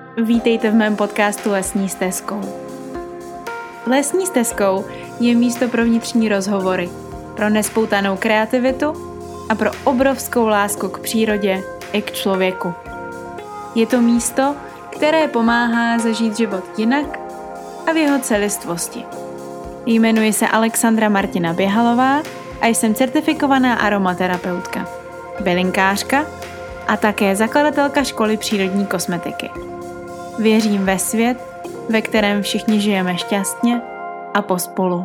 Vítejte v mém podcastu Lesní stezkou. Lesní stezkou je místo pro vnitřní rozhovory, pro nespoutanou kreativitu a pro obrovskou lásku k přírodě i k člověku. Je to místo, které pomáhá zažít život jinak a v jeho celistvosti. Jmenuji se Alexandra Martina Běhalová a jsem certifikovaná aromaterapeutka, bylinkářka a také zakladatelka školy přírodní kosmetiky. Věřím ve svět, ve kterém všichni žijeme šťastně a pospolu.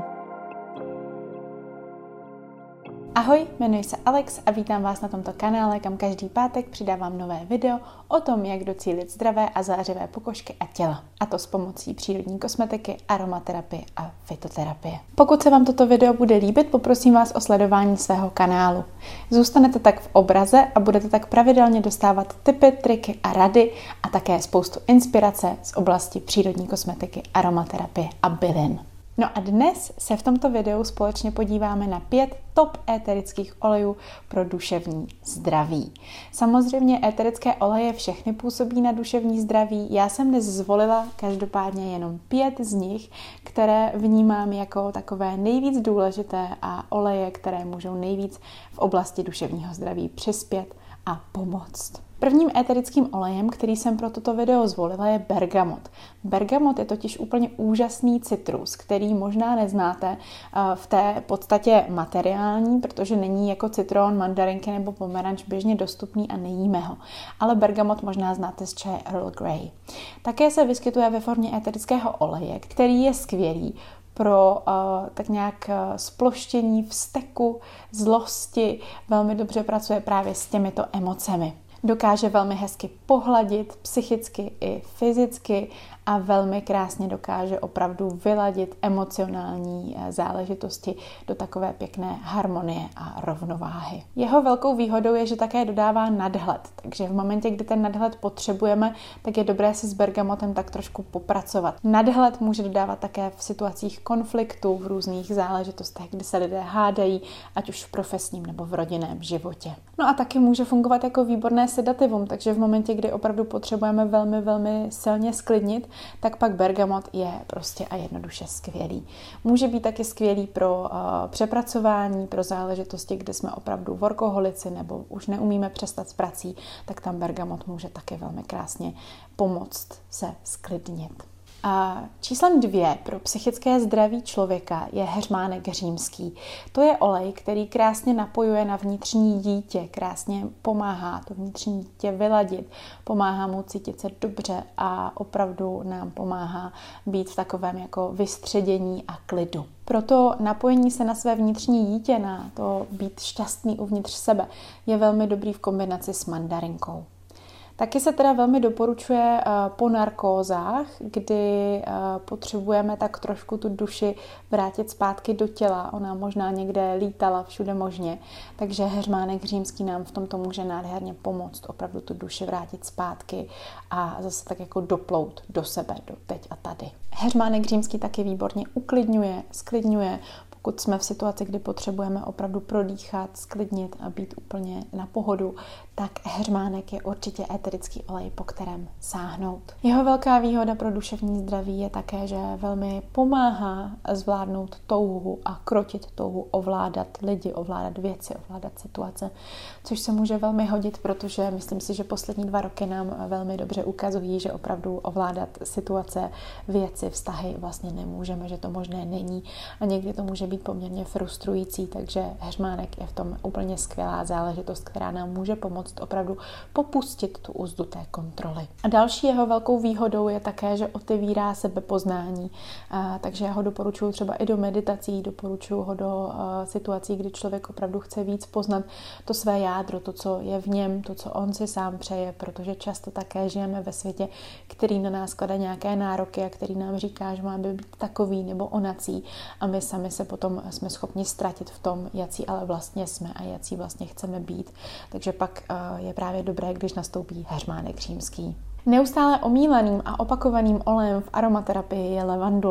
Ahoj, jmenuji se Alex a vítám vás na tomto kanále, kam každý pátek přidávám nové video o tom, jak docílit zdravé a zářivé pokožky a těla. A to s pomocí přírodní kosmetiky, aromaterapie a fytoterapie. Pokud se vám toto video bude líbit, poprosím vás o sledování svého kanálu. Zůstanete tak v obraze a budete tak pravidelně dostávat tipy, triky a rady a také spoustu inspirace z oblasti přírodní kosmetiky, aromaterapie a bylin. No a dnes se v tomto videu společně podíváme na 5 top éterických olejů pro duševní zdraví. Samozřejmě éterické oleje všechny působí na duševní zdraví. Já jsem dnes zvolila každopádně jenom 5 z nich, které vnímám jako takové nejvíc důležité a oleje, které můžou nejvíc v oblasti duševního zdraví přispět a pomoct. Prvním éterickým olejem, který jsem pro toto video zvolila, je bergamot. Bergamot je totiž úplně úžasný citrus, který možná neznáte v té podstatě materiální, protože není jako citron, mandarinky nebo pomeranč běžně dostupný a nejíme ho. Ale bergamot možná znáte z čaje Earl Grey. Také se vyskytuje ve formě éterického oleje, který je skvělý pro tak nějak sploštění vzteku, zlosti, velmi dobře pracuje právě s těmito emocemi. Dokáže velmi hezky pohladit psychicky i fyzicky a velmi krásně dokáže opravdu vyladit emocionální záležitosti do takové pěkné harmonie a rovnováhy. Jeho velkou výhodou je, že také dodává nadhled, takže v momentě, kdy ten nadhled potřebujeme, tak je dobré si s bergamotem tak trošku popracovat. Nadhled může dodávat také v situacích konfliktu, v různých záležitostech, kdy se lidé hádají, ať už v profesním nebo v rodinném životě. No a taky může fungovat jako výborné sedativum, takže v momentě, kdy opravdu potřebujeme velmi silně sklidnit, tak pak bergamot je prostě a jednoduše skvělý. Může být taky skvělý pro přepracování, pro záležitosti, kde jsme opravdu workoholici nebo už neumíme přestat s prací, tak tam bergamot může taky velmi krásně pomoct se sklidnit. A číslem 2 pro psychické zdraví člověka je heřmánek římský. To je olej, který krásně napojuje na vnitřní dítě, krásně pomáhá to vnitřní dítě vyladit, pomáhá mu cítit se dobře a opravdu nám pomáhá být v takovém jako vystředění a klidu. Proto napojení se na své vnitřní dítě, na to být šťastný uvnitř sebe, je velmi dobrý v kombinaci s mandarinkou. Taky se teda velmi doporučuje po narkózách, kdy potřebujeme tak trošku tu duši vrátit zpátky do těla. Ona možná někde lítala všude možně, takže heřmánek římský nám v tomto může nádherně pomoct opravdu tu duši vrátit zpátky a zase tak jako doplout do sebe, do teď a tady. Heřmánek římský taky výborně uklidňuje, sklidňuje, pokud jsme v situaci, kdy potřebujeme opravdu prodýchat, sklidnit a být úplně na pohodu, tak heřmánek je určitě éterický olej, po kterém sáhnout. Jeho velká výhoda pro duševní zdraví je také, že velmi pomáhá zvládnout touhu a krotit touhu, ovládat lidi, ovládat věci, ovládat situace, což se může velmi hodit, protože myslím si, že poslední 2 roky nám velmi dobře ukazují, že opravdu ovládat situace, věci, vztahy vlastně nemůžeme, že to možné není a někdy to může být poměrně frustrující, takže heřmánek je v tom úplně skvělá záležitost, která nám může pomoct opravdu popustit tu úzdu té kontroly. A další jeho velkou výhodou je také, že otevírá sebepoznání, takže já ho doporučuji třeba i do meditací, doporučuji ho do situací, kdy člověk opravdu chce víc poznat to své jádro, to, co je v něm, to, co on si sám přeje, protože často také žijeme ve světě, který na nás klade nějaké nároky a který nám říká, že máme být takový nebo onací a my sami se potom jsme schopni ztratit v tom, jací ale vlastně jsme a jací vlastně chceme být. Takže pak je právě dobré, když nastoupí heřmánek římský. Neustále omílaným a opakovaným olejem v aromaterapii je levandule.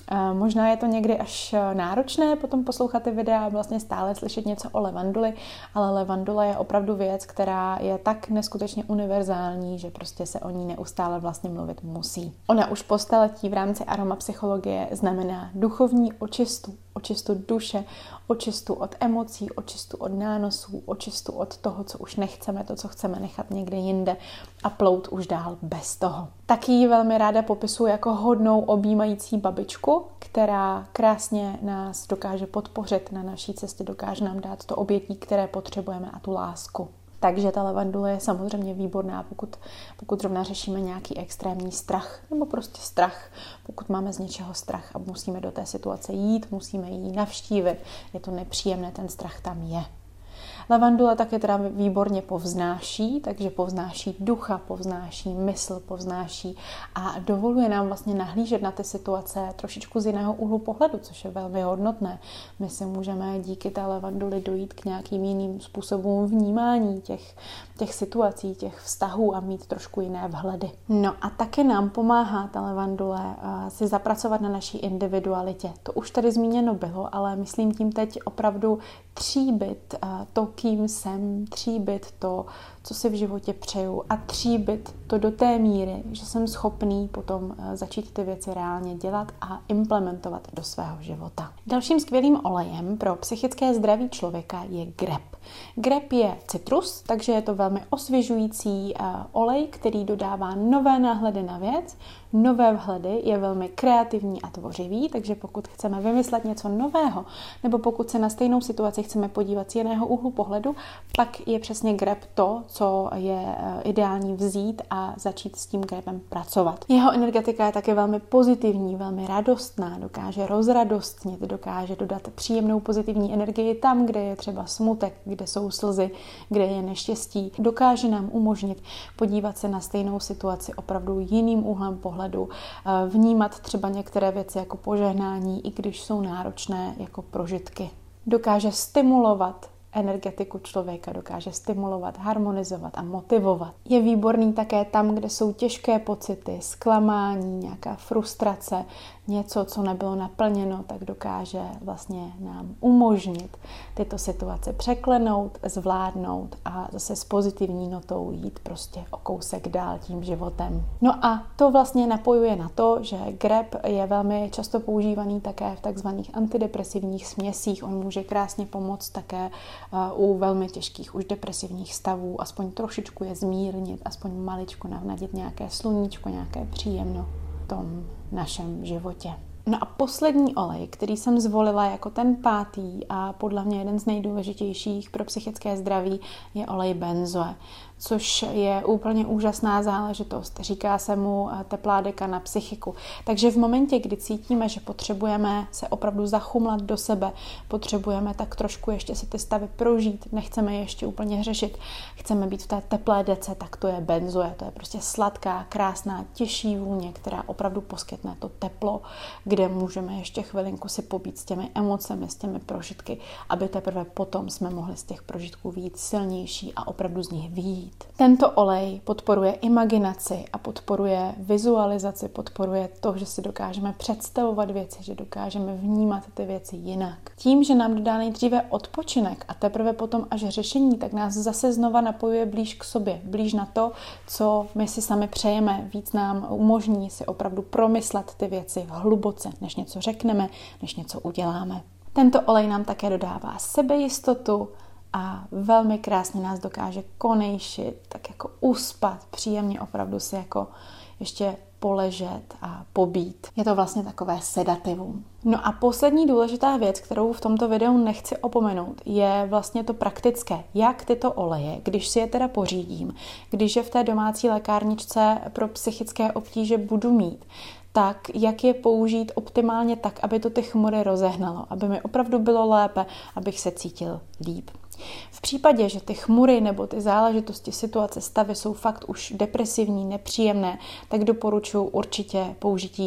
Možná je to někdy až náročné potom poslouchat ty videa a vlastně stále slyšet něco o levanduli, ale levandula je opravdu věc, která je tak neskutečně univerzální, že prostě se o ní neustále vlastně mluvit musí. Ona už po staletí v rámci aromapsychologie znamená duchovní očistu duše, očistu od emocí, očistu od nánosů, očistu od toho, co už nechceme, to, co chceme nechat někde jinde a plout už dál bez toho. Taky ji velmi ráda popisuji jako hodnou objímající babičku, která krásně nás dokáže podpořit na naší cestě, dokáže nám dát to obětí, které potřebujeme a tu lásku. Takže ta levandule je samozřejmě výborná, pokud zrovna řešíme nějaký extrémní strach, nebo prostě strach, pokud máme z něčeho strach a musíme do té situace jít, musíme ji navštívit, je to nepříjemné, ten strach tam je. Lavandula také teda výborně povznáší, takže povznáší ducha, povznáší mysl, povznáší a dovoluje nám vlastně nahlížet na ty situace trošičku z jiného úhlu pohledu, což je velmi hodnotné. My si můžeme díky té lavanduli dojít k nějakým jiným způsobům vnímání těch situací, těch vztahů a mít trošku jiné vhledy. No a taky nám pomáhá ta levandule si zapracovat na naší individualitě. To už tady zmíněno bylo, ale myslím tím teď opravdu tříbit to, kým jsem, tříbit to, co si v životě přeju a tříbit to do té míry, že jsem schopný potom začít ty věci reálně dělat a implementovat do svého života. Dalším skvělým olejem pro psychické zdraví člověka je grep. Grep je citrus, takže je to velmi osvěžující olej, který dodává nové náhledy na věc, nové vhledy, je velmi kreativní a tvořivý, takže pokud chceme vymyslet něco nového, nebo pokud se na stejnou situaci chceme podívat z jiného úhlu pohledu, pak je přesně grep to, co je ideální vzít a začít s tím grepem pracovat. Jeho energetika je také velmi pozitivní, velmi radostná, dokáže rozradostnit, dokáže dodat příjemnou pozitivní energii tam, kde je třeba smutek, kde jsou slzy, kde je neštěstí. Dokáže nám umožnit podívat se na stejnou situaci opravdu jiným úhlem pohledu, vnímat třeba některé věci jako požehnání, i když jsou náročné jako prožitky. Dokáže stimulovat energetiku člověka, dokáže stimulovat, harmonizovat a motivovat. Je výborný také tam, kde jsou těžké pocity, zklamání, nějaká frustrace, něco, co nebylo naplněno, tak dokáže vlastně nám umožnit tyto situace překlenout, zvládnout a zase s pozitivní notou jít prostě o kousek dál tím životem. No a to vlastně napojuje na to, že grep je velmi často používaný také v takzvaných antidepresivních směsích. On může krásně pomoct také u velmi těžkých už depresivních stavů, aspoň trošičku je zmírnit, aspoň maličko navnadit nějaké sluníčko, nějaké příjemno v tom našem životě. No a poslední olej, který jsem zvolila jako ten 5. a podle mě jeden z nejdůležitějších pro psychické zdraví, je olej benzoe, což je úplně úžasná záležitost. Říká se mu teplá deka na psychiku. Takže v momentě, kdy cítíme, že potřebujeme se opravdu zachumlat do sebe, potřebujeme tak trošku ještě si ty stavy prožít, nechceme ještě úplně řešit, chceme být v té teplé dece, tak to je benzoe. To je prostě sladká, krásná, těžší vůně, která opravdu poskytne to teplo, kde můžeme ještě chvilinku si pobít s těmi emocemi, s těmi prožitky, aby teprve potom jsme mohli z těch prožitků vyjít silnější a opravdu z nich vyjít. Tento olej podporuje imaginaci a podporuje vizualizaci, podporuje to, že si dokážeme představovat věci, že dokážeme vnímat ty věci jinak. Tím, že nám dodá nejdříve odpočinek a teprve potom až řešení, tak nás zase znova napojuje blíž k sobě, blíž na to, co my si sami přejeme, víc nám umožní si opravdu promyslet ty věci hluboce, než něco řekneme, než něco uděláme. Tento olej nám také dodává sebejistotu a velmi krásně nás dokáže konejšit, tak jako uspat, příjemně opravdu si jako ještě poležet a pobít. Je to vlastně takové sedativum. No a poslední důležitá věc, kterou v tomto videu nechci opomenout, je vlastně to praktické. Jak tyto oleje, když si je teda pořídím, když je v té domácí lékárničce pro psychické obtíže budu mít, tak jak je použít optimálně tak, aby to ty chmury rozehnalo, aby mi opravdu bylo lépe, abych se cítil líp. V případě, že ty chmury nebo ty záležitosti, situace, stavy jsou fakt už depresivní, nepříjemné, tak doporučuji určitě použití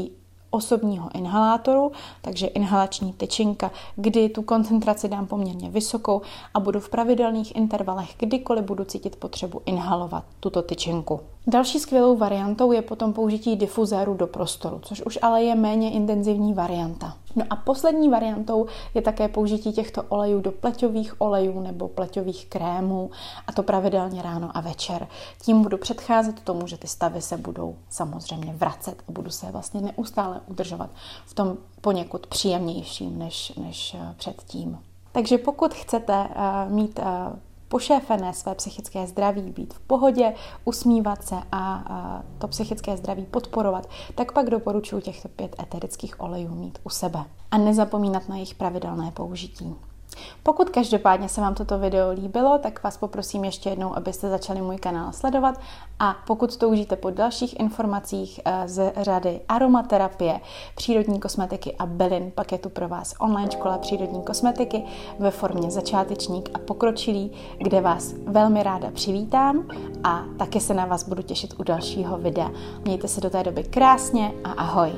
osobního inhalátoru, takže inhalační tyčinka, kdy tu koncentraci dám poměrně vysokou a budu v pravidelných intervalech, kdykoliv budu cítit potřebu inhalovat tuto tyčinku. Další skvělou variantou je potom použití difuzéru do prostoru, což už ale je méně intenzivní varianta. No a poslední variantou je také použití těchto olejů do pleťových olejů nebo pleťových krémů, a to pravidelně ráno a večer. Tím budu předcházet tomu, že ty stavy se budou samozřejmě vracet a budu se vlastně neustále udržovat v tom poněkud příjemnějším než předtím. Takže pokud chcete mít pošéfené své psychické zdraví, být v pohodě, usmívat se a to psychické zdraví podporovat, tak pak doporučuji těchto 5 eterických olejů mít u sebe a nezapomínat na jejich pravidelné použití. Pokud každopádně se vám toto video líbilo, tak vás poprosím ještě jednou, abyste začali můj kanál sledovat, a pokud toužíte po dalších informacích z řady aromaterapie, přírodní kosmetiky a bylin, pak je tu pro vás online škola přírodní kosmetiky ve formě začátečník a pokročilý, kde vás velmi ráda přivítám a taky se na vás budu těšit u dalšího videa. Mějte se do té doby krásně a ahoj!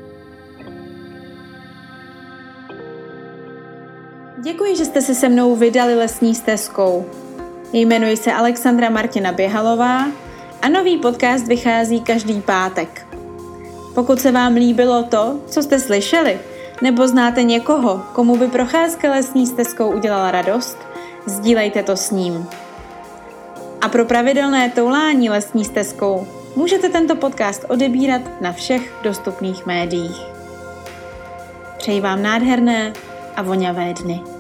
Děkuji, že jste se se mnou vydali lesní stezkou. Jmenuji se Alexandra Martina Běhalová a nový podcast vychází každý pátek. Pokud se vám líbilo to, co jste slyšeli, nebo znáte někoho, komu by procházka lesní stezkou udělala radost, sdílejte to s ním. A pro pravidelné toulání lesní stezkou můžete tento podcast odebírat na všech dostupných médiích. Přeji vám nádherné a voňavé dny.